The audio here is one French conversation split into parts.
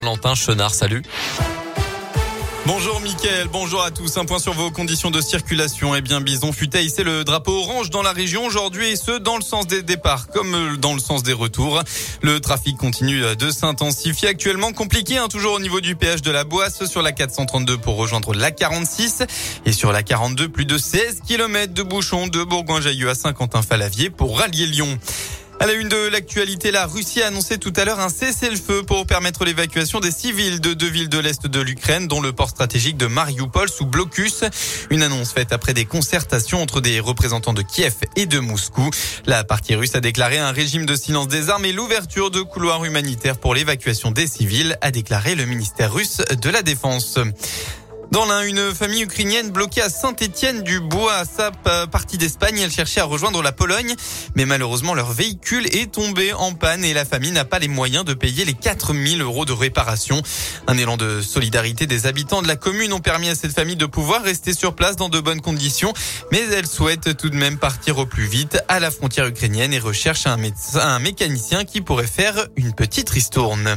Valentin Chenard, salut. Bonjour Mickaël, bonjour à tous. Un point sur vos conditions de circulation. Bison fut à hisser le drapeau orange dans la région aujourd'hui et ce, dans le sens des départs comme dans le sens des retours. Le trafic continue de s'intensifier actuellement. Compliqué, toujours au niveau du péage de la Boisse sur la 432 pour rejoindre la 46 et sur la 42, plus de 16 km de bouchons de Bourgoin-Jallieu à Saint-Quentin-Fallavier pour rallier Lyon. À la une de l'actualité, la Russie a annoncé tout à l'heure un cessez-le-feu pour permettre l'évacuation des civils de deux villes de l'Est de l'Ukraine, dont le port stratégique de Mariupol sous blocus. Une annonce faite après des concertations entre des représentants de Kiev et de Moscou. La partie russe a déclaré un régime de silence des armes et l'ouverture de couloirs humanitaires pour l'évacuation des civils, a déclaré le ministère russe de la Défense. Dans l'Ain, une famille ukrainienne bloquée à Saint-Étienne-du-Bois à sa partie d'Espagne. Elle cherchait à rejoindre la Pologne, mais malheureusement leur véhicule est tombé en panne et la famille n'a pas les moyens de payer les 4 000 € de réparation. Un élan de solidarité des habitants de la commune ont permis à cette famille de pouvoir rester sur place dans de bonnes conditions, mais elle souhaite tout de même partir au plus vite à la frontière ukrainienne et recherche un mécanicien qui pourrait faire une petite ristourne.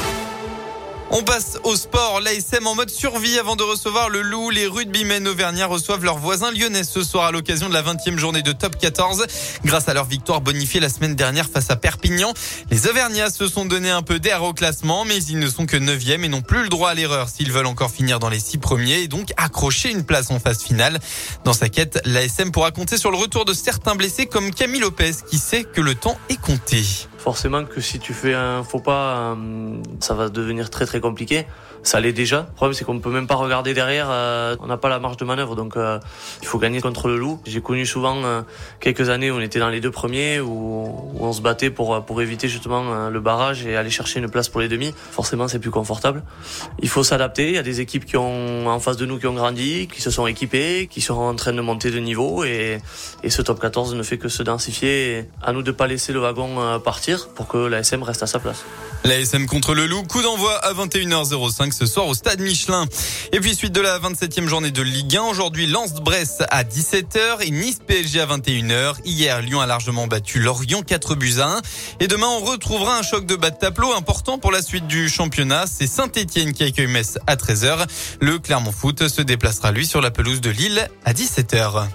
On passe au sport. L'ASM en mode survie avant de recevoir le Loup. Les rugbymen auvergnats reçoivent leurs voisins lyonnais ce soir à l'occasion de la 20e journée de Top 14. Grâce à leur victoire bonifiée la semaine dernière face à Perpignan, les Auvergnats se sont donné un peu d'air au classement, mais ils ne sont que 9e et n'ont plus le droit à l'erreur s'ils veulent encore finir dans les 6 premiers et donc accrocher une place en phase finale. Dans sa quête, l'ASM pourra compter sur le retour de certains blessés comme Camille Lopez qui sait que le temps est compté. Forcément que si tu fais un faux pas, ça va devenir très très compliqué. Ça l'est déjà. Le problème c'est qu'on ne peut même pas regarder derrière, on n'a pas la marge de manœuvre, donc il faut gagner contre le Loup. J'ai connu souvent quelques années où on était dans les 2 premiers, où on se battait pour éviter justement le barrage et aller chercher une place pour les demi. Forcément c'est plus confortable. Il faut s'adapter, il y a des équipes qui ont en face de nous qui ont grandi, qui se sont équipées, qui sont en train de monter de niveau et ce top 14 ne fait que se densifier. À nous de pas laisser le wagon partir pour que l'ASM reste à sa place. L'ASM contre le Loup, coup d'envoi à 21h05 ce soir au stade Michelin. Et puis suite de la 27e journée de Ligue 1, aujourd'hui Lens-Brest à 17h et Nice-PSG à 21h. Hier, Lyon a largement battu Lorient 4-1. Et demain, on retrouvera un choc de bas de tableau important pour la suite du championnat. C'est Saint-Étienne qui accueille Metz à 13h. Le Clermont Foot se déplacera lui sur la pelouse de Lille à 17h.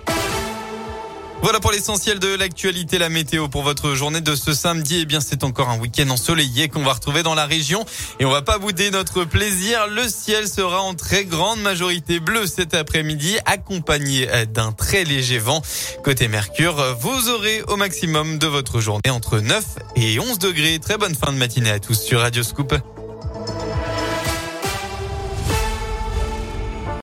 Voilà pour l'essentiel de l'actualité, la météo pour votre journée de ce samedi. C'est encore un week-end ensoleillé qu'on va retrouver dans la région. Et on va pas bouder notre plaisir. Le ciel sera en très grande majorité bleu cet après-midi, accompagné d'un très léger vent. Côté Mercure, vous aurez au maximum de votre journée entre 9 et 11 degrés. Très bonne fin de matinée à tous sur Radio Scoop.